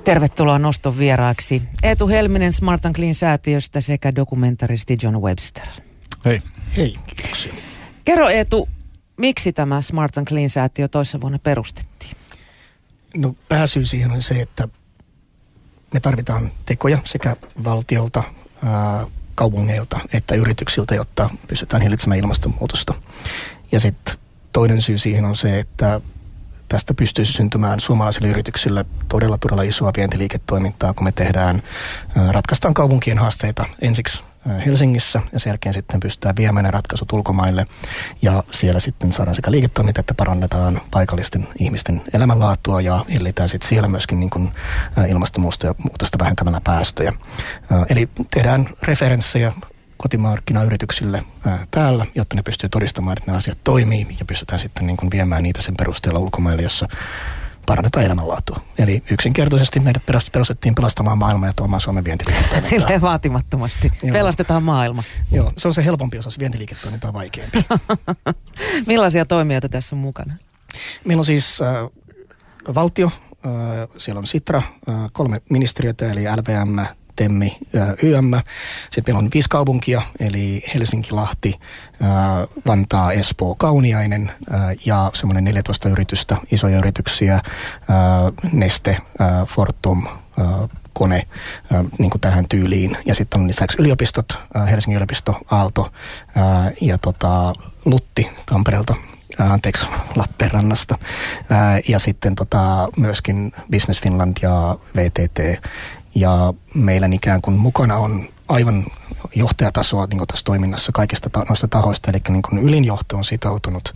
Tervetuloa Noston vieraaksi Eetu Helminen Smart & Clean-säätiöstä sekä dokumentaristi John Webster. Hei. Hei, kiitoksia. Kerro Eetu, miksi tämä Smart & Clean-säätiö toissa vuonna perustettiin? No pääsyy siihen on se, että me tarvitaan tekoja sekä valtiolta, kaupungeilta että yrityksiltä, jotta pystytään hillitsemään ilmastonmuutosta. Ja sitten toinen syy siihen on se, että tästä pystyisi syntymään suomalaisille yrityksille todella isoa vientiliiketoimintaa, kun me ratkaistaan kaupunkien haasteita ensiksi Helsingissä ja sen jälkeen sitten pystytään viemään ne ratkaisut ulkomaille ja siellä sitten saadaan sekä liiketoimintaa että parannetaan paikallisten ihmisten elämänlaatua ja hillitään sitten siellä myöskin niin kuin ilmastonmuutosta vähentämällä päästöjä. Eli tehdään referenssejä kotimarkkinayrityksille täällä, jotta ne pystyy todistamaan, että nämä asiat toimii ja pystytään sitten niin kuin viemään niitä sen perusteella ulkomaille, jossa parannetaan elämänlaatua. Eli yksinkertaisesti meidät perustettiin pelastamaan maailmaa ja tuomaan Suomen vientiliiketoimintaa. Silleen vaatimattomasti. Joo. Pelastetaan maailma. Joo, se on se helpompi osa, se vientiliiketoiminta on vaikeampi. Millaisia toimijoita tässä on mukana? Meillä on siis valtio, siellä on Sitra, 3 ministeriötä eli LVM, TEMMI, YM. Sitten meillä on 5 kaupunkia, eli Helsinki, Lahti, Vantaa, Espoo, Kauniainen ja semmoinen 14 yritystä, isoja yrityksiä, Neste, Fortum, Kone, niin kuin tähän tyyliin. Ja sitten on lisäksi yliopistot, Helsingin yliopisto, Aalto ja Lutti Tampereelta. Lappeenrannasta. Ja sitten myöskin Business Finland ja VTT. Ja meillä ikään kuin mukana on aivan johtajatasoa niin kuin tässä toiminnassa kaikista noista tahoista. Eli niin kuin ylinjohto on sitoutunut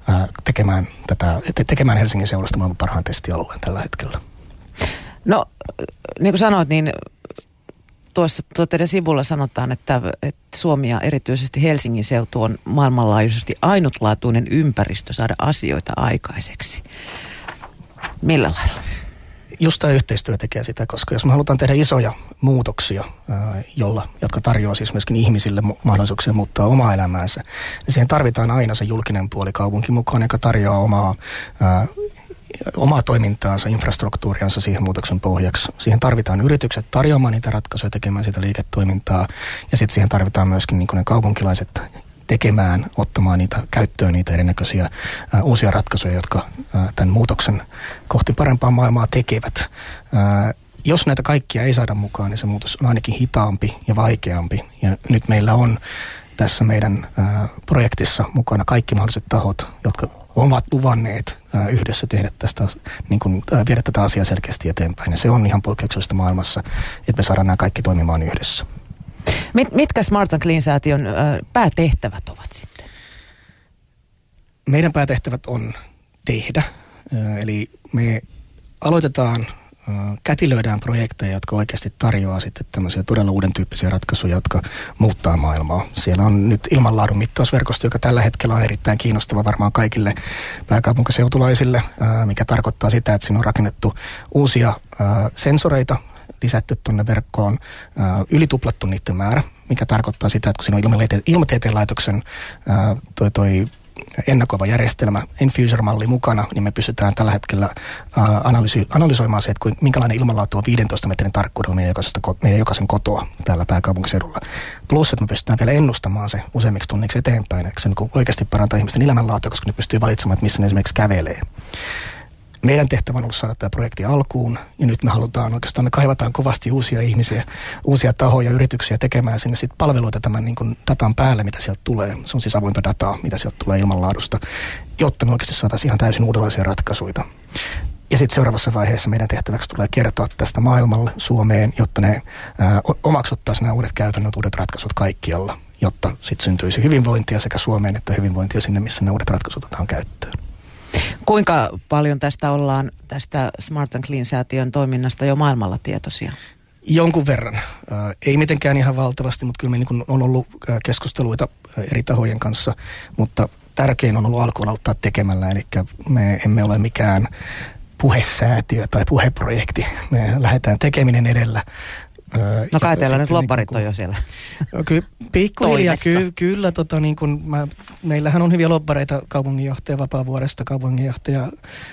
tekemään Helsingin seudusta maailman parhaan testialueen tällä hetkellä. No, niin kuin sanoit, niin tuossa teidän sivulla sanotaan, että Suomi ja erityisesti Helsingin seutu on maailmanlaajuisesti ainutlaatuinen ympäristö saada asioita aikaiseksi. Millä lailla? Just tämä yhteistyö tekee sitä, koska jos me halutaan tehdä isoja muutoksia, jotka tarjoaa siis myöskin ihmisille mahdollisuuksia muuttaa omaa elämäänsä, niin siihen tarvitaan aina se julkinen puoli kaupunki mukaan, joka tarjoaa omaa toimintaansa, infrastruktuuriansa siihen muutoksen pohjaksi. Siihen tarvitaan yritykset tarjoamaan niitä ratkaisuja, tekemään sitä liiketoimintaa, ja sitten siihen tarvitaan myöskin niin kuin ne kaupunkilaiset ottamaan niitä käyttöön, niitä erinäköisiä uusia ratkaisuja, jotka tämän muutoksen kohti parempaa maailmaa tekevät. Jos näitä kaikkia ei saada mukaan, niin se muutos on ainakin hitaampi ja vaikeampi. Ja nyt meillä on tässä meidän projektissa mukana kaikki mahdolliset tahot, jotka ovat luvanneet yhdessä tehdä tästä, niin kuin viedä tätä asiaa selkeästi eteenpäin. Ja se on ihan poikkeuksellista maailmassa, että me saadaan nämä kaikki toimimaan yhdessä. Mitkä Smart & Clean-säätiön päätehtävät ovat sitten? Meidän päätehtävät on tehdä. Eli me kätilöidään projekteja, jotka oikeasti tarjoaa sitten tämmöisiä todella uuden tyyppisiä ratkaisuja, jotka muuttaa maailmaa. Siellä on nyt ilmanlaadun mittausverkosto, joka tällä hetkellä on erittäin kiinnostava varmaan kaikille pääkaupunkiseutulaisille, mikä tarkoittaa sitä, että siinä on rakennettu uusia sensoreita, lisätty tuonne verkkoon, ylituplattu niiden määrä, mikä tarkoittaa sitä, että kun siinä on ilmatieteen laitoksen ennakoiva järjestelmä, Enfuser-malli mukana, niin me pystytään tällä hetkellä analysoimaan se, että minkälainen ilmanlaatu on 15 metrin tarkkuudella meidän jokaisen kotoa täällä pääkaupunkiseudulla. Plus, että me pystytään vielä ennustamaan se useimmiksi tunniksi eteenpäin, että se niin oikeasti parantaa ihmisten elämänlaatua, koska ne pystyy valitsemaan, että missä ne esimerkiksi kävelee. Meidän tehtävä on ollut saada tämä projekti alkuun, ja nyt me kaivataan kovasti uusia ihmisiä, uusia tahoja, yrityksiä tekemään sinne sit palveluita tämän niin kuin datan päälle, mitä sieltä tulee. Se on siis avointa dataa, mitä sieltä tulee ilmanlaadusta, jotta me oikeasti saataisiin ihan täysin uudenlaisia ratkaisuja. Ja sitten seuraavassa vaiheessa meidän tehtäväksi tulee kertoa tästä maailmalle, Suomeen, jotta ne omaksuttaisiin nämä uudet käytännöt, uudet ratkaisut kaikkialla, jotta sitten syntyisi hyvinvointia sekä Suomeen että hyvinvointia sinne, missä ne uudet ratkaisut otetaan käyttöön. Kuinka paljon tästä Smart & Clean-säätiön toiminnasta jo maailmalla tietoisia? Jonkun verran. Ei mitenkään ihan valtavasti, mutta kyllä me niin on ollut keskusteluita eri tahojen kanssa, mutta tärkein on ollut alkuun aloittaa tekemällä, eli me emme ole mikään puhesäätiö tai puheprojekti. Me lähdetään tekeminen edellä. No kai teillä nyt lobbarit on jo siellä. No, pikkuhiljaa, kyllä. Meillähän on hyviä lobbareita, kaupunginjohtaja Vapaavuoresta, kaupunginjohtaja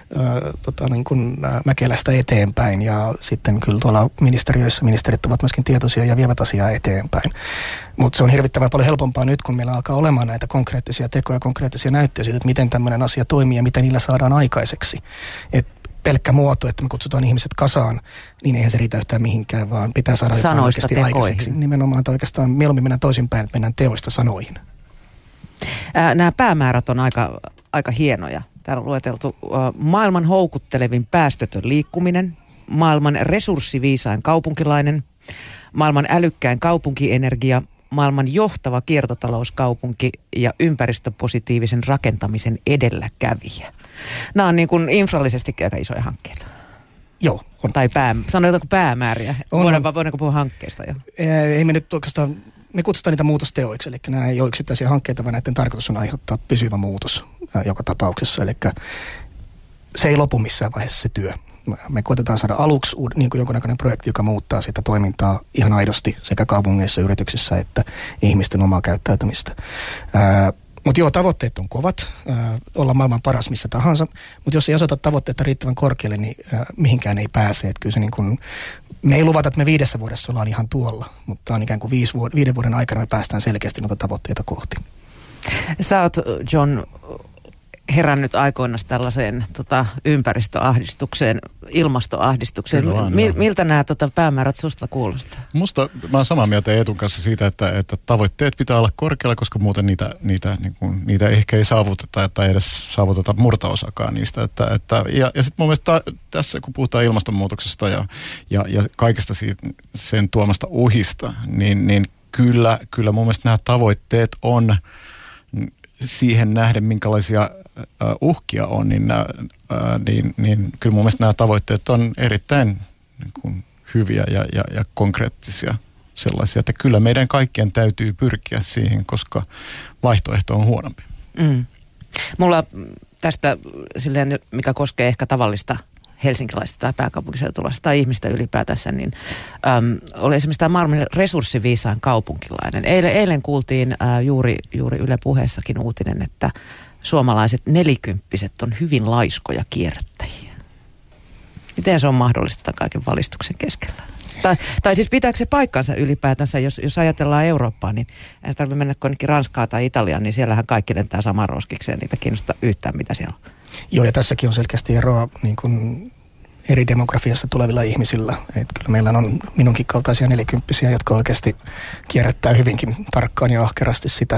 Mäkelästä eteenpäin. Ja sitten kyllä tuolla ministeriöissä ministerit ovat myöskin tietoisia ja vievät asiaa eteenpäin. Mutta se on hirvittävän paljon helpompaa nyt, kun meillä alkaa olemaan näitä konkreettisia tekoja, konkreettisia näyttöjä siitä, että miten tämmöinen asia toimii ja miten niillä saadaan aikaiseksi. Pelkkä muoto, että me kutsutaan ihmiset kasaan, niin eihän se riitä yhtään mihinkään, vaan pitää saada jotain oikeasti aikaiseksi. Nimenomaan, että oikeastaan mieluummin mennään toisinpäin, että mennään teoista sanoihin. Nämä päämäärät on aika hienoja. Täällä on lueteltu maailman houkuttelevin päästötön liikkuminen, maailman resurssiviisain kaupunkilainen, maailman älykkäin kaupunkienergia, maailman johtava kiertotalouskaupunki ja ympäristöpositiivisen rakentamisen edelläkävijä. Nämä on niin kuin infrallisesti aika isoja hankkeita. Joo, on. Tai sanotaanko päämääriä? Voidaanko puhua hankkeista jo? Ei me nyt oikeastaan, me kutsutaan niitä muutosteoiksi, eli nämä ei ole yksittäisiä hankkeita, vaan näiden tarkoitus on aiheuttaa pysyvä muutos joka tapauksessa. Eli se ei lopu missään vaiheessa se työ. Me koetetaan saada aluksi niin kuin jonkunnäköinen projekti, joka muuttaa sitä toimintaa ihan aidosti sekä kaupungeissa, yrityksissä että ihmisten omaa käyttäytymistä. Mutta joo, tavoitteet on kovat, olla maailman paras missä tahansa, mutta jos ei aseta tavoitteita riittävän korkealle, niin mihinkään ei pääse. Et kyllä se niin kun, me ei luvata, että me 5 vuodessa ollaan ihan tuolla, mutta on ikään kuin 5 vuoden aikana me päästään selkeästi noita tavoitteita kohti. Sä oot, John, herännyt aikoinaan tällaiseen ympäristöahdistukseen, ilmastoahdistukseen. Miltä nämä päämäärät susta kuulostaa? Mä oon samaa mieltä Eetun kanssa siitä, että tavoitteet pitää olla korkealla, koska muuten niitä ehkä ei saavuteta tai edes saavuteta murto-osakaan niistä. Ja sitten mun mielestä tässä, kun puhutaan ilmastonmuutoksesta ja kaikesta sen tuomasta uhista, niin kyllä mun mielestä nämä tavoitteet on siihen nähden, minkälaisia uhkia on, niin kyllä mun mielestä nämä tavoitteet on erittäin niin kuin hyviä ja konkreettisia sellaisia, että kyllä meidän kaikkien täytyy pyrkiä siihen, koska vaihtoehto on huonompi. Mulla tästä silleen, mikä koskee ehkä tavallista helsinkilaista tai pääkaupunkiseutulaista tai ihmistä ylipäätänsä, niin oli esimerkiksi tämä maailman resurssiviisaan kaupunkilainen. Eilen kuultiin juuri Yle Puheessakin uutinen, että suomalaiset 40-vuotiaat on hyvin laiskoja kierrättäjiä. Miten se on mahdollista tämän kaiken valistuksen keskellä? Tai siis pitääkö se paikkansa ylipäätänsä, jos ajatellaan Eurooppaa, niin ei tarvitse mennä jonnekin Ranskaan tai Italiaan, niin siellähän kaikki lentää saman roskikseen, niitä kiinnostaa yhtään, mitä siellä on. Joo, ja tässäkin on selkeästi eroa niin kuin eri demografiassa tulevilla ihmisillä. Et kyllä meillä on minunkin kaltaisia 40-vuotiaita, jotka oikeasti kierrättää hyvinkin tarkkaan ja ahkerasti sitä,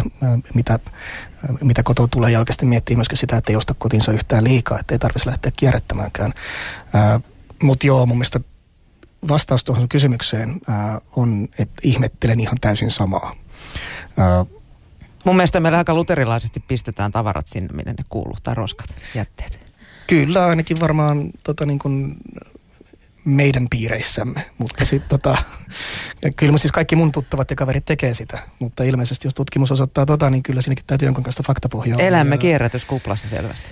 mitä kotoa tulee, ja oikeasti miettii myöskin sitä, että ei osta kotiinsa yhtään liikaa, että ei tarvitsisi lähteä kierrättämäänkään. Mutta joo, mun mielestä vastaus tuohon kysymykseen on, että ihmettelen ihan täysin samaa. Mun mielestä meillä aika luterilaisesti pistetään tavarat sinne, minne ne kuuluu, tai roskat, jätteet. Kyllä, ainakin varmaan niin kuin meidän piireissämme, mutta sitten kyllä siis kaikki mun tuttavat ja kaverit tekee sitä, mutta ilmeisesti jos tutkimus osoittaa niin kyllä siinäkin täytyy jonkun kanssa faktapohjaa. Elämme kierrätyskuplassa selvästi.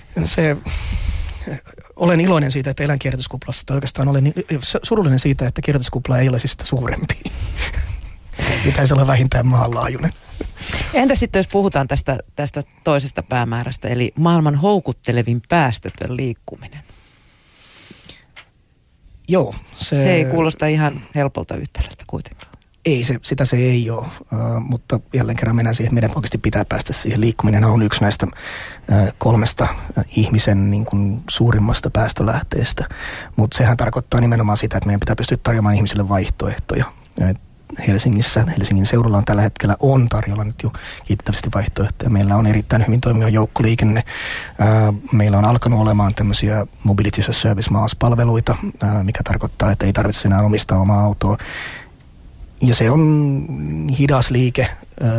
Olen iloinen siitä, että elän kierrätyskuplassa, tai oikeastaan olen surullinen siitä, että kierrätyskupla ei ole siis sitä suurempi. Pitäisi olla vähintään maanlaajuinen. Entä sitten, jos puhutaan tästä toisesta päämäärästä, eli maailman houkuttelevin päästötön liikkuminen? Joo. Se ei kuulosta ihan helpolta yhtälöltä kuitenkaan. Ei, sitä se ei ole, mutta jälleen kerran mennään siihen, että meidän oikeasti pitää päästä siihen. Liikkuminen on yksi näistä 3 ihmisen niin kuin suurimmasta päästölähteestä, mutta sehän tarkoittaa nimenomaan sitä, että meidän pitää pystyä tarjoamaan ihmisille vaihtoehtoja. Helsingin seudulla on tällä hetkellä tarjolla nyt jo kiittävästi vaihtoehtoja. Meillä on erittäin hyvin toimiva joukkoliikenne. Meillä on alkanut olemaan tämmöisiä Mobility as a Service MaaS-palveluita, mikä tarkoittaa, että ei tarvitse enää omistaa omaa autoa. Ja se on hidas liike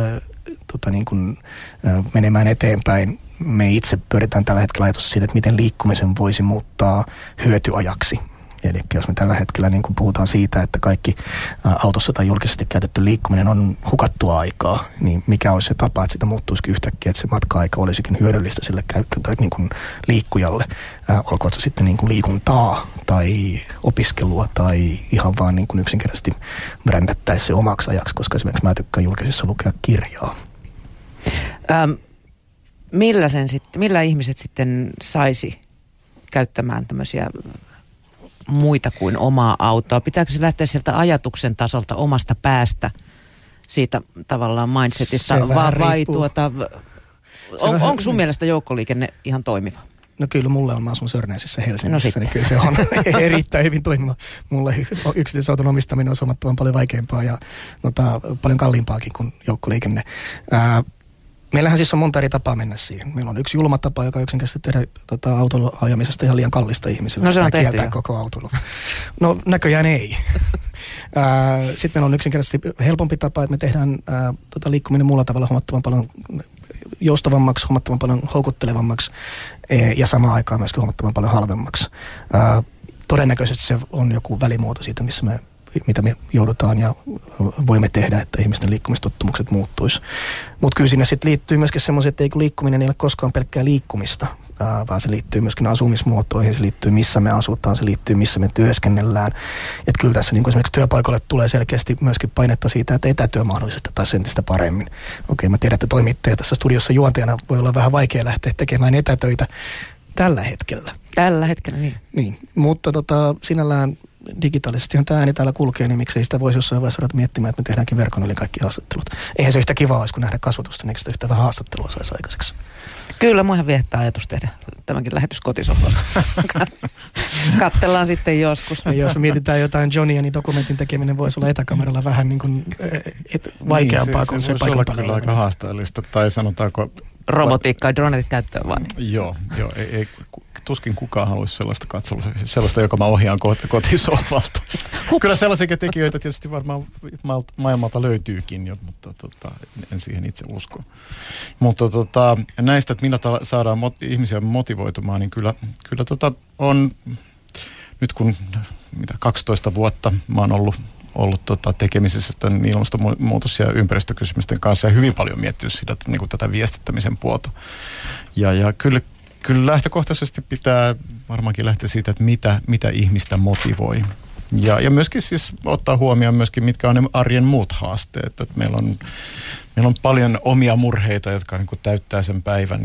menemään eteenpäin. Me itse pyöritään tällä hetkellä ajatusta siitä, että miten liikkumisen voisi muuttaa hyötyajaksi. Eli jos me tällä hetkellä niin kuin puhutaan siitä, että kaikki autossa tai julkisesti käytetty liikkuminen on hukattua aikaa, niin mikä olisi se tapa, että sitä muuttuisikin yhtäkkiä, että se matka-aika olisikin hyödyllistä sille tai niin kuin liikkujalle. Olkoon se sitten niin kuin liikuntaa tai opiskelua tai ihan vaan niin kuin yksinkertaisesti brändättäisiin se omaksi ajaksi, koska esimerkiksi mä tykkään julkisessa lukea kirjaa. Millä ihmiset sitten saisi käyttämään tämmöisiä muita kuin omaa autoa? Pitääkö se lähteä sieltä ajatuksen tasolta omasta päästä, siitä tavallaan mindsetista, vai onko sun mielestä joukkoliikenne ihan toimiva? No kyllä mulle on, mä asun Sörnäisissä Helsingissä, niin kyllä se on erittäin hyvin toimiva. Mulle yksityisauton omistaminen on huomattavan paljon vaikeampaa ja paljon kalliimpaakin kuin joukkoliikenne. Meillähän siis on monta eri tapaa mennä siihen. Meillä on yksi julma tapa, joka yksinkertaisesti tehdä autolla ajamisesta ihan liian kallista ihmisille. No se on tehty kieltää koko autolla. No näköjään ei. Sitten meillä on yksinkertaisesti helpompi tapa, että me tehdään liikkuminen muulla tavalla huomattavan paljon joustavammaksi, huomattavan paljon houkuttelevammaksi ja samaan aikaan myöskin huomattavan paljon halvemmaksi. Todennäköisesti se on joku välimuoto siitä, mitä me joudutaan ja voimme tehdä, että ihmisten liikkumistottumukset muuttuisi. Mutta kyllä siinä sitten liittyy myöskin semmoisia, että liikkuminen ei ole koskaan pelkkää liikkumista, vaan se liittyy myöskin asumismuotoihin, se liittyy missä me asutaan, se liittyy missä me työskennellään. Että kyllä tässä niin esimerkiksi työpaikalle tulee selkeästi myöskin painetta siitä, että etätyö mahdollistettaisiin entistä paremmin. Okei, mä tiedän, että toimittaja tässä studiossa juontajana voi olla vähän vaikea lähteä tekemään etätöitä tällä hetkellä. Tällä hetkellä, niin. Niin, mutta sinällään digitaalisestihan tämä ääni täällä kulkee, niin miksei sitä voisi jossain vaiheessa ruveta miettimään, että me tehdäänkin verkon yli kaikki haastattelut. Eihän se yhtä kivaa olisi, kun nähdä kasvatusta, niin sitä yhtä vähän haastattelua saisi aikaiseksi. Kyllä, muihan viettää ajatus tehdä tämänkin lähetys kotisohvalla. Kattellaan sitten joskus. Ja jos mietitään jotain Johnia, niin dokumentin tekeminen voisi olla etäkameralla vähän niin kuin vaikeampaa kuin se paikan päällä. Se kyllä aika haasteellista, tai sanotaanko robotiikkaa ja dronetit käyttöön vaan. Joo, ei tuskin kukaan haluaisi sellaista katsoa, sellaista, joka mä ohjaan kotisohvalta. Kyllä sellaisia tekijöitä tietysti varmaan maailmalta löytyykin jo, mutta en siihen itse usko. Mutta näistä, että millä saadaan ihmisiä motivoitumaan, niin kyllä on, nyt kun 12 vuotta mä oon ollut tekemisissä tämän ilmastonmuutos- ja ympäristökysymysten kanssa ja hyvin paljon miettinyt sitä, niin kuin tätä viestittämisen puolta. Ja kyllä lähtökohtaisesti pitää varmaankin lähteä siitä, että mitä ihmistä motivoi. Ja myöskin siis ottaa huomioon myöskin, mitkä on ne arjen muut haasteet. Että meillä on paljon omia murheita, jotka niin kuin täyttää sen päivän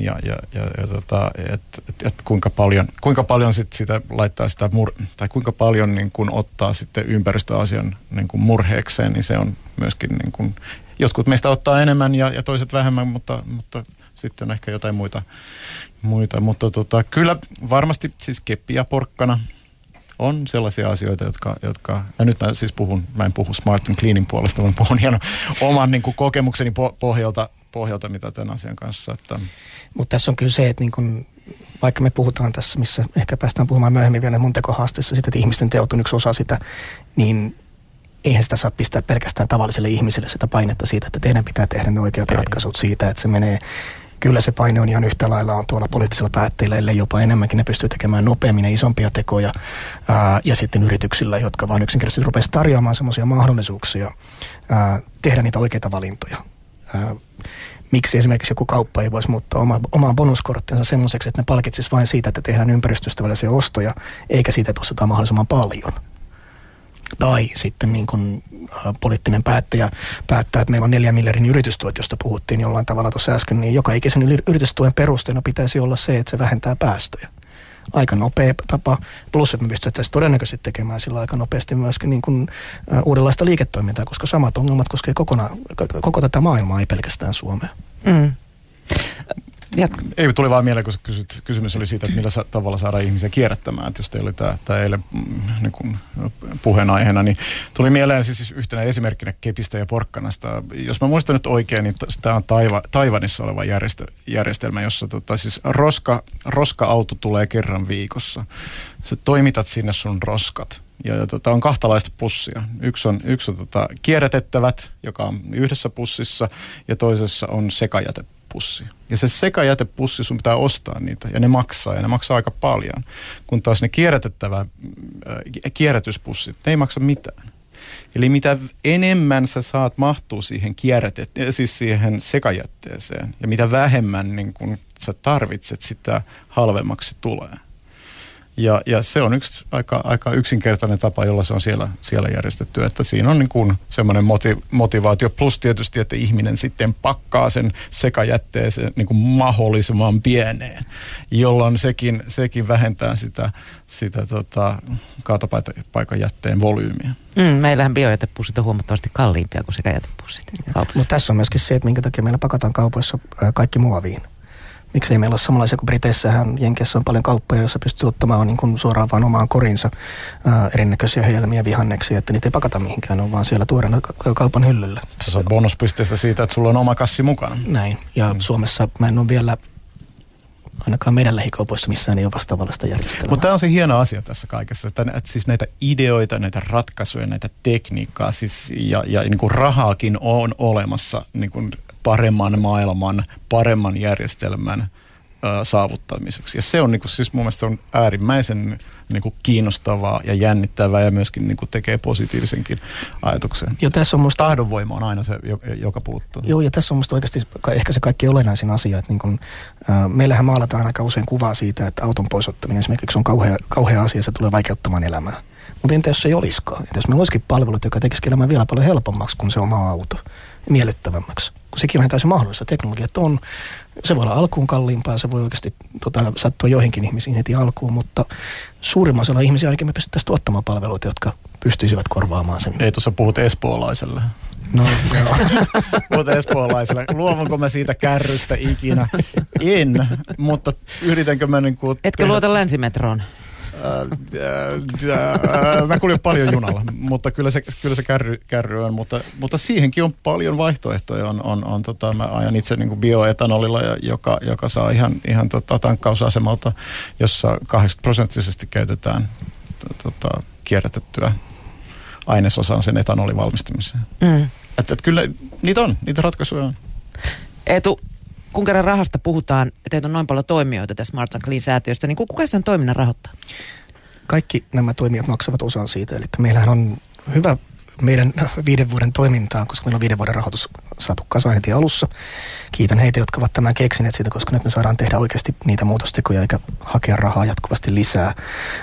kuinka paljon sit sitä laittaa sitä tai kuinka paljon niin kuin ottaa sitten ympäristöasian niin kuin murheekseen, niin se on myöskin niin kuin, jotkut meistä ottaa enemmän ja toiset vähemmän, mutta sitten on ehkä jotain muita. Mutta kyllä varmasti siis keppi ja porkkana on sellaisia asioita, jotka ja nyt mä en puhu Smart and Cleanin puolesta, vaan puhun ihan oman niin kuin kokemukseni pohjalta, mitä tämän asian kanssa. Mutta tässä on kyllä se, että niin kun, vaikka me puhutaan tässä, missä ehkä päästään puhumaan myöhemmin vielä mun tekohaasteessa sitä, että ihmisten teot on yksi osa sitä, niin eihän sitä saa pistää pelkästään tavalliselle ihmiselle sitä painetta siitä, että teidän pitää tehdä ne oikeat ratkaisut siitä, että se menee. Kyllä se paine on ihan yhtä lailla on tuolla poliittisilla päättäjillä, ellei jopa enemmänkin. Ne pystyy tekemään nopeammin ja isompia tekoja. Ja sitten yrityksillä, jotka vaan yksinkertaisesti rupesivat tarjoamaan semmoisia mahdollisuuksia tehdä niitä oikeita valintoja. Miksi esimerkiksi joku kauppa ei voisi muuttaa omaa bonuskorttinsa semmoiseksi, että ne palkitsisi vain siitä, että tehdään ympäristöystävällisiä ostoja, eikä siitä, että ostetaan mahdollisimman paljon. Tai sitten niin kuin poliittinen päättäjä päättää, että meillä on 4 miljardin yritystuet, josta puhuttiin jollain tavalla tuossa äsken, niin joka ikisen yritystuen perusteena pitäisi olla se, että se vähentää päästöjä. Aika nopea tapa, plus että me pystyttäisiin todennäköisesti tekemään sillä aika nopeasti myöskin niin kuin, uudenlaista liiketoimintaa, koska samat ongelmat koskee koko tätä maailmaa, ei pelkästään Suomea. Mm. Ei tuli vaan mieleen, kun kysymys oli siitä, että millä tavalla saadaan ihmisiä kierrättämään. Että jos teillä oli tämä eilen niin puheenaiheena, niin tuli mieleen siis yhtenä esimerkkinä kepistä ja porkkanasta. Jos mä muistan nyt oikein, niin tämä on Taiwanissa oleva järjestelmä, jossa siis roska-auto tulee kerran viikossa. Sä toimitat sinne sun roskat. Ja on kahtalaista pussia. Yksi on kierrätettävät, joka on yhdessä pussissa, ja toisessa on sekajätepussi. sekajätepussi. Ja se sekajätepussi, sun pitää ostaa niitä, ja ne maksaa aika paljon. Kun taas ne kierrätyspussit, ne ei maksa mitään. Eli mitä enemmän sä saat mahtua siis siihen sekajätteeseen, ja mitä vähemmän niin kun sä tarvitset, sitä halvemmaksi tulee. Ja se on yksi aika yksinkertainen tapa, jolla se on siellä järjestetty, että siinä on niin kuin semmoinen motivaatio, plus tietysti, että ihminen sitten pakkaa sen sekajätteeseen niin kuin mahdollisimman pieneen, jolloin sekin vähentää sitä kaatopaikan jätteen volyymiä. Meillähän biojätepussit on huomattavasti kalliimpia kuin sekajätepussit kaupassa. Mutta tässä on myöskin se, että minkä takia meillä pakataan kaupoissa kaikki muoviin. Miksei meillä ole samanlaisia kuin Briteissähän, Jenkeissä on paljon kauppoja, joissa pystyy ottamaan niin kuin suoraan vaan omaan korinsa erinäköisiä hedelmiä, vihanneksia, että niitä ei pakata mihinkään, ne on vaan siellä tuoreena kaupan hyllyllä. Se saa bonuspisteestä siitä, että sulla on oma kassi mukana. Näin, ja Suomessa mä en ole vielä, ainakaan meidän lähikaupoissa missään ei ole vastaavallista järjestelmää. Mutta tämä on se hieno asia tässä kaikessa, että siis näitä ideoita, näitä ratkaisuja, näitä tekniikkaa, siis, ja niin kuin rahaakin on olemassa niin kuin paremman maailman, paremman järjestelmän saavuttamiseksi. Ja se on niinku, siis mun mielestä se on äärimmäisen niinku kiinnostavaa ja jännittävää ja myöskin niinku tekee positiivisenkin ajatuksen. Jo, tässä on musta tahdonvoima on aina se, joka puuttuu. Joo, ja tässä on musta oikeasti ehkä se kaikki olennaisin asia, että niin meillähän maalataan aika usein kuvaa siitä, että auton poisottaminen esimerkiksi on kauhea asia, se tulee vaikeuttamaan elämää. Mutta entä jos se ei olisikaan? Entä jos meillä olisikin palvelut, joka tekisikin elämää vielä paljon helpommaksi kuin se oma auto, miellyttävämmäksi? Kun sekin on täysin mahdollista. Teknologiat on, se voi olla alkuun kalliimpaa, se voi oikeasti sattua joihinkin ihmisiin heti alkuun, mutta suurimman osalla ihmisiä ainakin me pystyttäisiin tuottamaan palveluita, jotka pystyisivät korvaamaan sen. Ei, tuossa puhut espoolaiselle. No joo. Puhut espoolaiselle. Luovunko mä siitä kärrystä ikinä? En, mutta yritänkö mä niin kuin... Etkö luota länsimetroon? Mä kuljen paljon junalla, mutta kyllä se kärry on, mutta siihenkin on paljon vaihtoehtoja. Mä ajan itse niin kuin bioetanolilla, joka saa ihan tankkausasemalta, jossa 80% käytetään kierrätettyä ainesosaa sen etanolin valmistamiseen. Että kyllä niitä ratkaisuja on. Eetu, kun kerran rahasta puhutaan, teitä on noin paljon toimijoita tässä Smart and Clean-säätiöstä, niin kuka sen toiminnan rahoittaa? Kaikki nämä toimijat maksavat osan siitä, eli meillähän on hyvä meidän 5 vuoden toimintaan, koska meillä on 5 vuoden rahoitus saatu kasaan heti alussa. Kiitän heitä, jotka ovat tämän keksineet siitä, koska nyt me saadaan tehdä oikeasti niitä muutostekoja eikä hakea rahaa jatkuvasti lisää.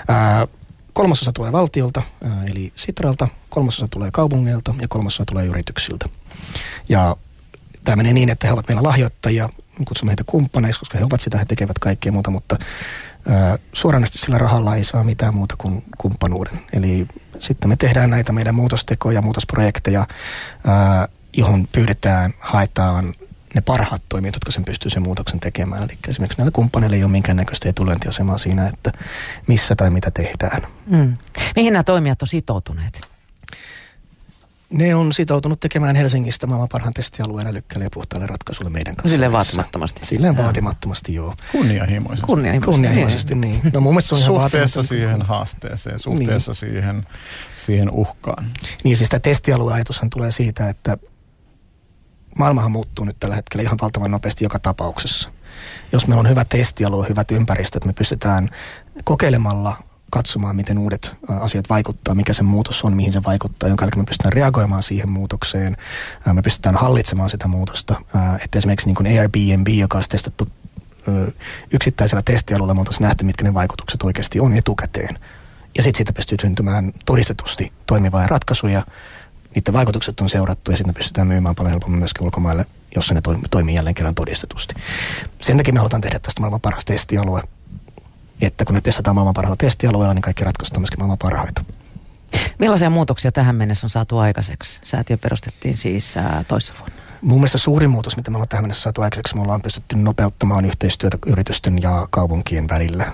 3% tulee valtiolta, eli Sitralta, 3% tulee kaupungeilta ja 3% tulee yrityksiltä. Ja tämä menee niin, että he ovat meillä lahjoittajia, kutsumme heitä kumppaneiksi, koska he ovat sitä, he tekevät kaikkea muuta, mutta suoranaisesti sillä rahalla ei saa mitään muuta kuin kumppanuuden. Eli sitten me tehdään näitä meidän muutostekoja, muutosprojekteja, johon haetaan ne parhaat toimijat, jotka sen pystyy sen muutoksen tekemään. Eli esimerkiksi näillä kumppaneilla ei ole minkäännäköistä etulyöntiasemaa siinä, että missä tai mitä tehdään. Mihin nämä toimijat on sitoutuneet? Ne on sitoutunut tekemään Helsingistä maailman parhaan testialueen älykkäälle ja puhtaalle ratkaisulle meidän kanssa. Silleen vaatimattomasti. Silleen vaatimattomasti, joo. Kunnianhimoisesti, niin. No mun mielestä se on ihan suhteessa siihen haasteeseen, suhteessa siihen uhkaan. Niin siis tämä testialueajatushan tulee siitä, että maailmahan muuttuu nyt tällä hetkellä ihan valtavan nopeasti joka tapauksessa. Jos meillä on hyvä testialue, hyvät ympäristöt, me pystytään kokeilemalla katsomaan, miten uudet asiat vaikuttaa, mikä se muutos on, mihin se vaikuttaa, jonka jälkeen me pystytään reagoimaan siihen muutokseen, me pystytään hallitsemaan sitä muutosta. Että esimerkiksi niin kuin Airbnb, joka on testattu yksittäisellä testialueella, me oltaisiin nähty, mitkä ne vaikutukset oikeasti on etukäteen. Ja sitten siitä pystyy syntymään todistetusti toimivia ratkaisuja, niiden vaikutukset on seurattu ja sitten me pystytään myymään paljon helpommin myöskin ulkomaille, jossa ne toimii jälleen kerran todistetusti. Sen takia me halutaan tehdä tästä maailman paras testialue, että kun ne testataan maailman parhaalla testialueella, niin kaikki ratkaisut on myöskin maailman parhaita. Millaisia muutoksia tähän mennessä on saatu aikaiseksi? Säätiö perustettiin siis toissa vuonna. Mun mielestä suurin muutos, mitä me ollaan tähän mennessä saatu aikaiseksi, me ollaan pystytty nopeuttamaan yhteistyötä yritysten ja kaupunkien välillä.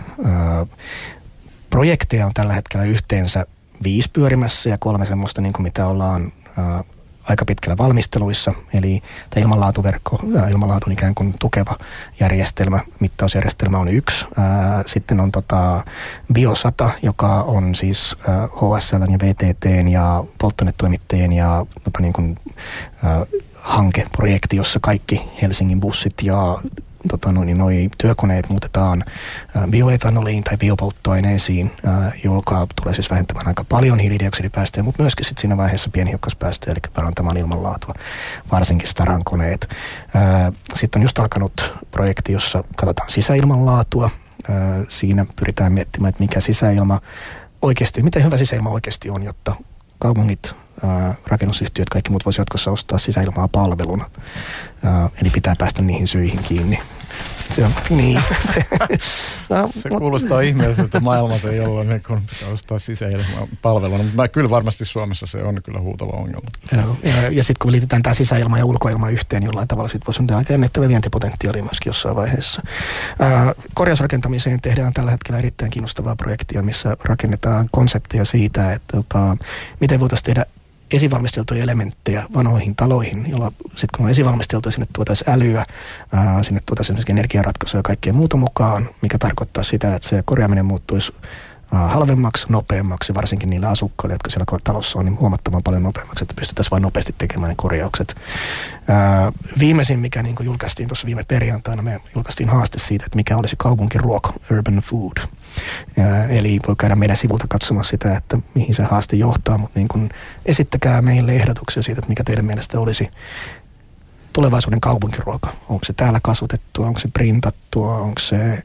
Projekteja on tällä hetkellä yhteensä 5 pyörimässä ja 3 semmoista, niin kuin mitä ollaan aika pitkällä valmisteluissa, eli tämä ilmanlaatuverkko, ilmanlaatun ikään kuin tukeva järjestelmä, mittausjärjestelmä on yksi. Sitten on Bio100, joka on siis HSL:n ja VTT:n ja polttoainetoimittajien ja hankeprojekti, jossa kaikki Helsingin bussit ja noi työkoneet muutetaan bioetanoliin tai biopolttoaineisiin, joka tulee siis vähentämään aika paljon hiilidioksidipäästöjä, mutta myöskin sitten siinä vaiheessa pienhiukkaspäästöjä, eli parantamaan ilmanlaatua, varsinkin Staran koneet. Sitten on just alkanut projekti, jossa katsotaan sisäilmanlaatua. Siinä pyritään miettimään, että mikä sisäilma oikeasti, miten hyvä sisäilma oikeasti on, jotta kaupungit, rakennusyhtiöt, kaikki muut voisi jatkossa ostaa sisäilmaa palveluna. Eli pitää päästä niihin syihin kiinni. Se on niin. Se kuulostaa ihmeelliseltä maailmalta, jolloin ne kun pitää ostaa sisäilmaa palveluna. Mutta kyllä varmasti Suomessa se on kyllä huutava ongelma. Ja sitten kun liitetään tämä sisäilma ja ulkoilma yhteen jollain tavalla, sitten voisi olla aika jännittävä vientipotentiaali myöskin jossain vaiheessa. Korjausrakentamiseen tehdään tällä hetkellä erittäin kiinnostavaa projektia, missä rakennetaan konsepteja siitä, että miten voitaisiin tehdä esivalmisteltuja elementtejä vanhoihin taloihin, jolla sitten kun on esivalmisteltu, sinne tuotaisiin älyä, sinne tuotaisiin energiaratkaisuja ja kaikkea muuta mukaan, mikä tarkoittaa sitä, että se korjaaminen muuttuisi halvemmaksi, nopeammaksi, varsinkin niillä asukkailla, jotka siellä talossa on, niin huomattavan paljon nopeammaksi, että pystyttäisiin vain nopeasti tekemään ne korjaukset. Viimeisin, mikä niin kuin julkaistiin tuossa viime perjantaina, me julkaistiin haaste siitä, että mikä olisi kaupunkiruoka, urban food. Eli voi käydä meidän sivulta katsomassa sitä, että mihin se haaste johtaa, mutta niin kuin esittäkää meille ehdotuksia siitä, että mikä teidän mielestä olisi tulevaisuuden kaupunkiruoka. Onko se täällä kasvatettua, onko se printattua, onko se,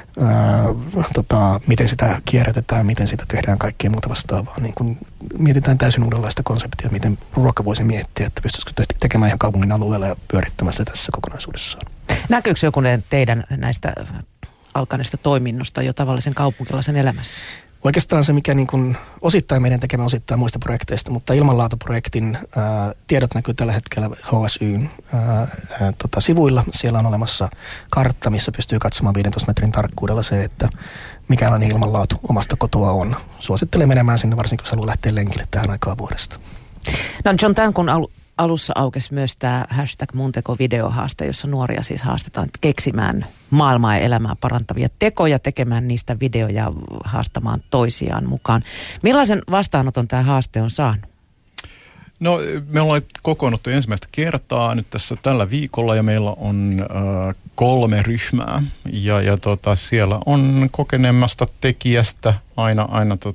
miten sitä kierrätetään, miten sitä tehdään kaikkea muuta vastaavaa. Niin kun mietitään täysin uudenlaista konseptia, miten ruoka voisi miettiä, että pystyisikö tekemään ihan kaupungin alueella ja pyörittämään sitä tässä kokonaisuudessaan. Näkyykö joku teidän näistä alkaneista toiminnosta jo tavallisen kaupunkilaisen elämässä? Oikeastaan se, mikä niin kuin osittain meidän tekemä osittain muista projekteista, mutta ilmanlaatuprojektin tiedot näkyy tällä hetkellä HSY:n sivuilla. Siellä on olemassa kartta, missä pystyy katsomaan 15 metrin tarkkuudella se, että mikälainen ilmanlaatu omasta kotoa on. Suosittelen menemään sinne, varsinkin jos haluaa lähteä lenkille tähän aikaan vuodesta. No John, tämän kun alussa aukesi myös tämä #munteko-videohaaste, jossa nuoria siis haastetaan keksimään maailmaa ja elämää parantavia tekoja, tekemään niistä videoja, haastamaan toisiaan mukaan. Millaisen vastaanoton tämä haaste on saanut? No, me ollaan kokoonnuttu ensimmäistä kertaa nyt tässä tällä viikolla ja meillä on 3 ryhmää ja siellä on kokeneemmasta tekijästä aina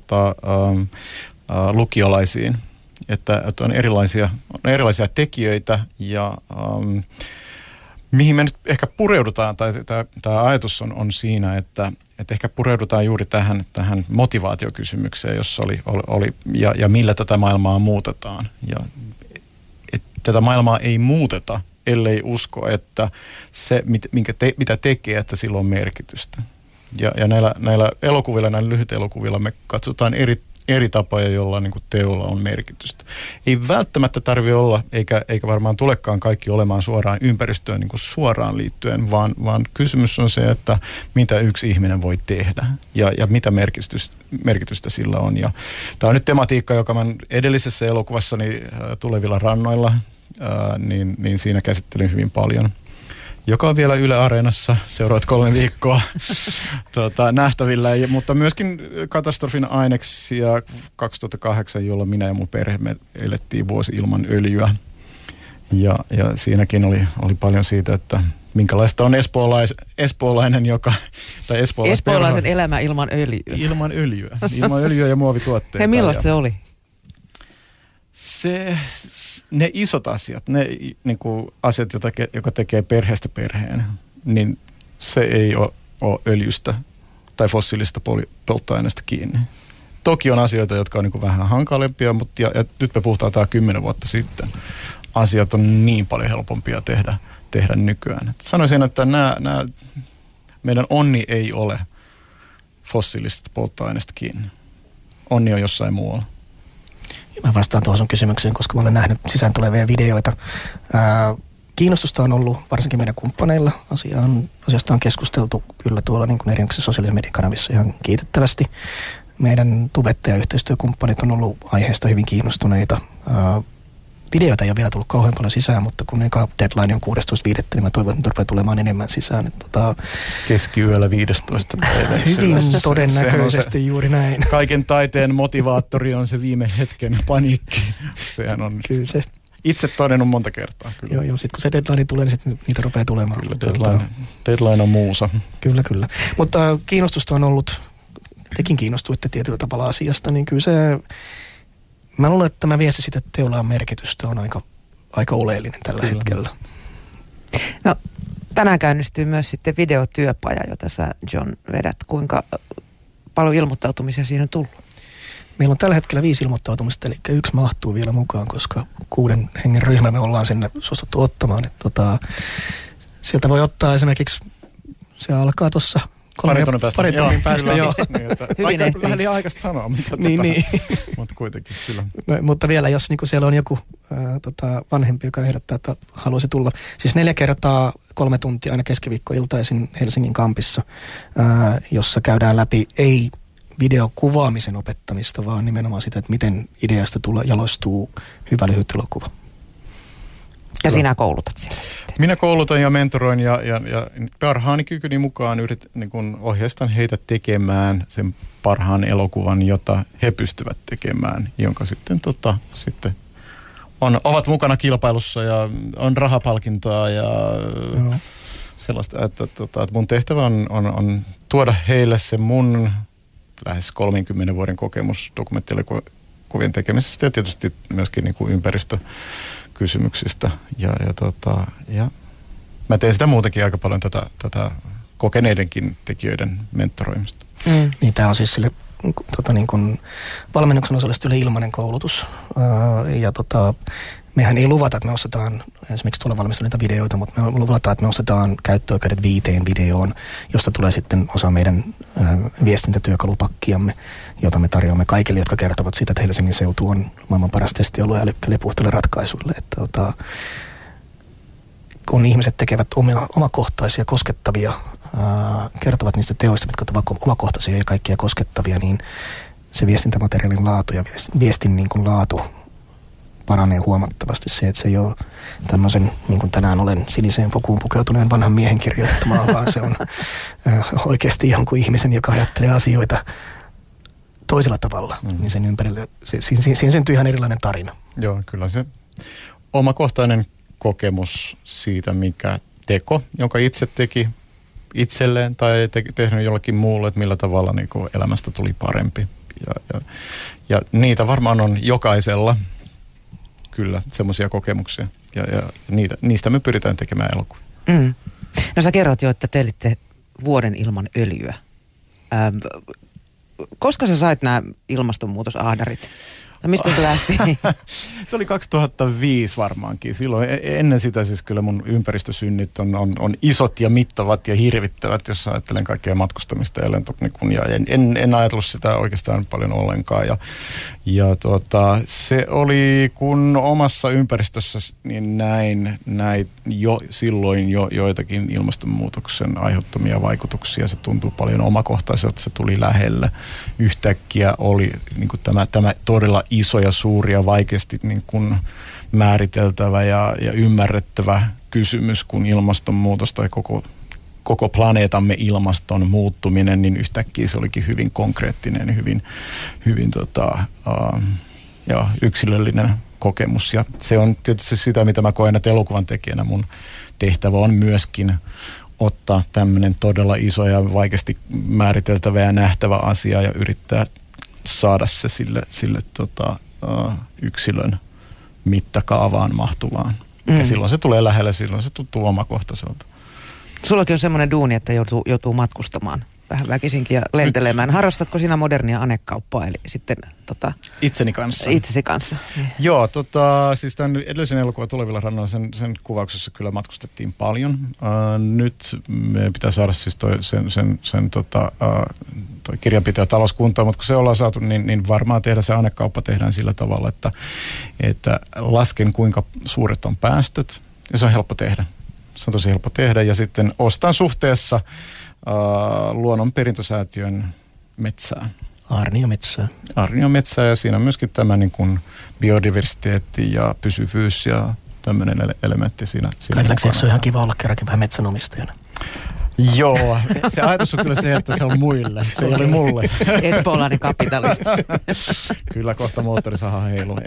lukiolaisiin. Että on erilaisia tekijöitä ja mihin me nyt ehkä pureudutaan, tai tämä ajatus on siinä, että ehkä pureudutaan juuri tähän motivaatiokysymykseen, jossa oli ja millä tätä maailmaa muutetaan. Ja tätä maailmaa ei muuteta, ellei usko, että se, mitä tekee, että sillä on merkitystä. Ja näillä elokuvilla, näillä lyhytelokuvilla me katsotaan eri tapoja, joilla niin kuin teolla on merkitystä. Ei välttämättä tarvitse olla, eikä varmaan tulekaan kaikki olemaan suoraan ympäristöön niin kuin suoraan liittyen, vaan kysymys on se, että mitä yksi ihminen voi tehdä ja mitä merkitystä sillä on. Ja tämä on nyt tematiikka, joka mä edellisessä elokuvassani Tulevilla rannoilla, niin siinä käsittelin hyvin paljon. Joka on vielä Yle Areenassa seuraavat 3 viikkoa nähtävillä, mutta myöskin Katastrofin aineksia 2008, jolloin minä ja mun perhe me elettiin vuosi ilman öljyä. Ja siinäkin oli paljon siitä, että minkälaista on espoolainen, espoolaisen elämä ilman öljyä. Ilman öljyä ja muovituotteita. Hei, millaista se oli? Ne isot asiat, ne niin kuin asiat, joka tekee perheestä perheen, niin se ei ole öljystä tai fossiilista polttoaineesta kiinni. Toki on asioita, jotka on niin kuin vähän hankalempia, mutta ja nyt me puhutaan 10 vuotta sitten. Asiat on niin paljon helpompia tehdä nykyään. Sanoisin, että meidän onni ei ole fossiilista polttoaineesta kiinni. Onni on jossain muualla. Mä vastaan tuohon sun kysymykseen, koska mä olen nähnyt sisään tulevia videoita. Kiinnostusta on ollut varsinkin meidän kumppaneilla. Asiasta on keskusteltu kyllä tuolla niin kuin eri sosiaalisen median kanavissa ihan kiitettävästi. Meidän tubettajayhteistyökumppanit on ollut aiheesta hyvin kiinnostuneita. videoita ei ole vielä tullut kauhean paljon sisään, mutta kun eka deadline on 16.5, niin mä toivon, että rupeaa tulemaan enemmän sisään. Keskiyöllä 15. päivä. Hyvin todennäköisesti juuri näin. Kaiken taiteen motivaattori on se viime hetken paniikki. Sehän on kyllä se. Itse todennut monta kertaa. Kyllä. Joo, sitten kun se deadline tulee, niin sitten niitä rupeaa tulemaan. Kyllä, deadline on muusa. Kyllä. Mutta kiinnostusta on ollut, tekin kiinnostuitte tietyllä tavalla asiasta, niin kyllä se, mä luulen, että tämä viesti siitä, että teolla on merkitystä, on aika oleellinen tällä hetkellä. No, tänään käynnistyy myös sitten videotyöpaja, jota sä, John, vedät. Kuinka paljon ilmoittautumisia siinä on tullut? Meillä on tällä hetkellä 5 ilmoittautumista, eli 1 mahtuu vielä mukaan, koska 6 hengen ryhmä me ollaan sinne suostuttu ottamaan. Sieltä voi ottaa esimerkiksi, se alkaa tuossa parin tunnin päästä. Joo. Niin, vähän liian aikaista sanoa, mutta, niin. mutta kuitenkin kyllä. No, mutta vielä, jos niin siellä on joku vanhempi, joka ehdottaa, että haluaisi tulla. Siis 4 kertaa 3 tuntia aina keskiviikkoiltaisin Helsingin kampissa, jossa käydään läpi ei videokuvaamisen opettamista, vaan nimenomaan sitä, että miten ideasta jalostuu hyvä lyhyt elokuva. Ja sinä koulutat siellä sitten? Minä koulutan ja mentoroin ja parhaani kykyni mukaan niin kun ohjeistan heitä tekemään sen parhaan elokuvan, jota he pystyvät tekemään, jonka sitten, ovat mukana kilpailussa ja on rahapalkintoa ja sellaista, että mun tehtävä on tuoda heille se mun lähes 30 vuoden kokemus dokumenttielokuvien tekemisestä ja tietysti myöskin niin kuin ympäristökysymyksistä. Ja mä teen sitä muutenkin aika paljon tätä kokeneidenkin tekijöiden mentoroimista. Niin tämä on siis sille valmennuksen osallistujille ilmainen koulutus. Mehän ei luvata, että me ostetaan esimerkiksi tuolla valmistuneita videoita, mutta me luvataan, että me ostetaan käyttöoikeudet 5 videoon, josta tulee sitten osa meidän viestintätyökalupakkiamme, jota me tarjoamme kaikille, jotka kertovat siitä, että Helsingin seutu on maailman paras testialue älykkäille ja puhtaille ratkaisuille. Kun ihmiset tekevät omakohtaisia, koskettavia, kertovat niistä teoista, mitkä ovat omakohtaisia ja kaikkia koskettavia, niin se viestintämateriaalin laatu ja viestin niin kuin laatu paranee huomattavasti. Se, että se ei ole tämmöisen, niin kuin tänään olen siniseen pukuun pukeutuneen vanhan miehen kirjoittamaa, vaan se on oikeasti jonkun ihmisen, joka ajattelee asioita toisella tavalla. Niin sen ympärille, siinä syntyy ihan erilainen tarina. Joo, kyllä se omakohtainen kokemus siitä, mikä teko, jonka itse teki itselleen tai tehnyt jollekin muulle, että millä tavalla niin kuin elämästä tuli parempi. Ja niitä varmaan on jokaisella kyllä semmoisia kokemuksia ja niistä me pyritään tekemään elokuvia. No sä kerrot jo, että te elitte vuoden ilman öljyä. Koska sä sait nämä ilmastonmuutosahdarit? No mistä se lähti? Se oli 2005 varmaankin. Silloin ennen sitä siis kyllä mun ympäristösynnit on isot ja mittavat ja hirvittävät, jos ajattelen kaikkea matkustamista ja ja en ajatellut sitä oikeastaan paljon ollenkaan. Se oli, kun omassa ympäristössä niin näin jo silloin joitakin ilmastonmuutoksen aiheuttamia vaikutuksia. Se tuntuu paljon omakohtaiselta, se tuli lähelle. Yhtäkkiä oli niin kuin tämä todella iso ja suuri ja vaikeasti niin kuin määriteltävä ja ymmärrettävä kysymys, kun ilmastonmuutos tai koko planeetamme ilmaston muuttuminen, niin yhtäkkiä se olikin hyvin konkreettinen, hyvin yksilöllinen kokemus. Ja se on tietysti sitä, mitä mä koen, että elokuvan tekijänä mun tehtävä on myöskin ottaa tämmöinen todella iso ja vaikeasti määriteltävä ja nähtävä asia ja yrittää saada se sille yksilön mittakaavaan mahtuvaan. Ja silloin se tulee lähelle, silloin se tuntuu omakohtaiselta. Sullakin on semmoinen duuni, että joutuu matkustamaan vähän väkisinkin ja lentelemään. Harrastatko sinä modernia anekauppaa, eli sitten itsesi kanssa? Joo, siis tämän edellisen elokuvan Tulevilla rannoilla sen kuvauksessa kyllä matkustettiin paljon. Nyt me pitää saada siis toi kirjanpito ja talouskuntoon, mutta kun se ollaan saatu, niin varmaan se anekauppa tehdään sillä tavalla, että lasken kuinka suuret on päästöt ja se on helppo tehdä. Se on tosi helppo tehdä ja sitten ostan suhteessa Luonnon perintösäätiön metsää. Aarniometsää. Aarniometsää ja siinä on myöskin tämä niin kuin biodiversiteetti ja pysyvyys ja tämmöinen elementti siinä. Kaikillaksi se on ihan kiva olla kerrankin vähän metsänomistajana. Joo, se ajatus on kyllä se, että se on muille. Se ei ole mulle. Espoolainen kapitalisti. Kyllä kohta moottorisaha heilu.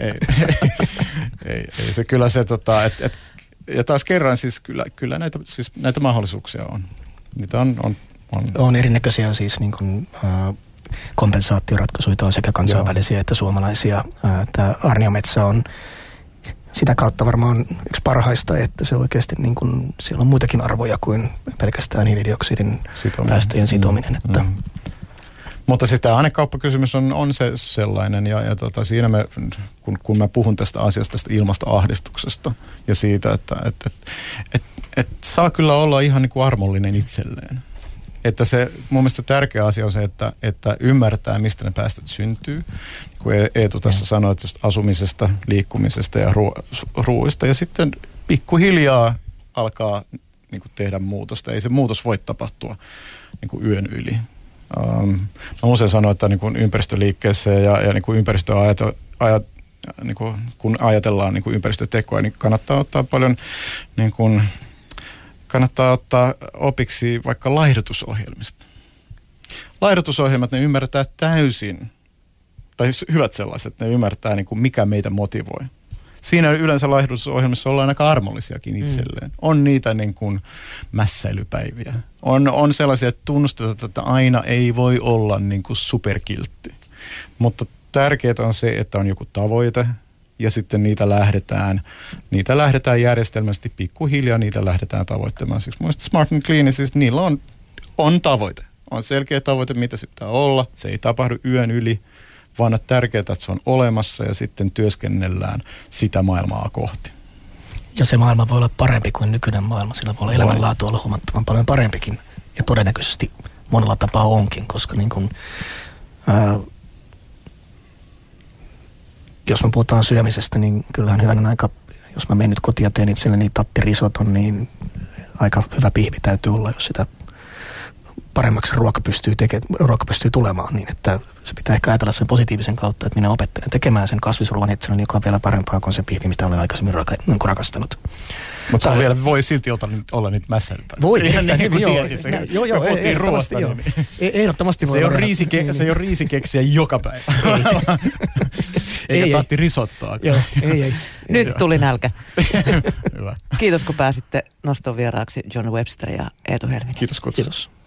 Ei, se kyllä se, ja taas kerran siis kyllä näitä mahdollisuuksia on. Niitä on. On erinäköisiä siis niin kuin, kompensaatioratkaisuja on sekä kansainvälisiä että suomalaisia. Tämä aarniometsä on sitä kautta varmaan yksi parhaista, että se oikeasti niin kuin, siellä on muitakin arvoja kuin pelkästään hiilidioksidin päästöjen sitominen. Että. Mutta siis tämä ainekauppakysymys on se sellainen ja siinä kun mä puhun tästä asiasta, tästä ilmastoahdistuksesta ja siitä, että saa kyllä olla ihan niin kuin armollinen itselleen. Että se mun mielestä tärkeä asia on se, että ymmärtää, mistä ne päästöt syntyy. Kun Eetu tässä sanoi, että asumisesta, liikkumisesta ja ruoista. Ja sitten pikkuhiljaa alkaa niin kuin tehdä muutosta. Ei se muutos voi tapahtua niin kuin yön yli. Mä usein sanon, että niin kuin ympäristöliikkeessä ja niin kuin niin kuin, kun ajatellaan niin kuin ympäristötekoa, niin kannattaa ottaa paljon niin kuin kannattaa ottaa opiksi vaikka laihdutusohjelmista. Laihdutusohjelmat, ne ymmärtää täysin, tai hyvät sellaiset, ne ymmärtää niin kuin mikä meitä motivoi. Siinä yleensä laihdutusohjelmissa ollaan aika armollisiakin itselleen. On niitä niin kuin mässäilypäiviä. On sellaisia, että tunnustetaan, että aina ei voi olla niin kuin superkiltti. Mutta tärkeää on se, että on joku tavoite, ja sitten niitä lähdetään järjestelmästi pikkuhiljaa, niitä lähdetään tavoittamaan. Siksi mielestäni Smart and Clean, siis niillä on tavoite. On selkeä tavoite, mitä se pitää olla. Se ei tapahdu yön yli, vaan on tärkeää, että se on olemassa ja sitten työskennellään sitä maailmaa kohti. Ja se maailma voi olla parempi kuin nykyinen maailma. Sillä voi olla elämänlaatu olla huomattavan paljon parempikin. Ja todennäköisesti monella tapaa onkin, koska niin kuin, jos me puhutaan syömisestä, niin kyllähän hyvänen aika, jos mä menen nyt kotiin ja teen itselleni tattirisoton, niin aika hyvä pihvi täytyy olla, jos sitä paremmaksi ruoka pystyy tulemaan, niin että se pitää ehkä ajatella sen positiivisen kautta, että minä opettelen tekemään sen kasvisruoan itselleni, joka on vielä parempaa kuin se pihvi, mitä olen aikaisemmin rakastanut. Mutta voi silti olla niitä mässäilypäiviä. Voi, joo, ehdottomasti. Ehdottomasti voi. Se ei ole riisikeksiä joka päivä. Eikä tattirisotoa. Ei. Nyt tuli nälkä. Hyvä. Kiitos kun pääsitte noston vieraaksi John Webster ja Eetu Helminen. Kiitos kutsusta. Kiitos.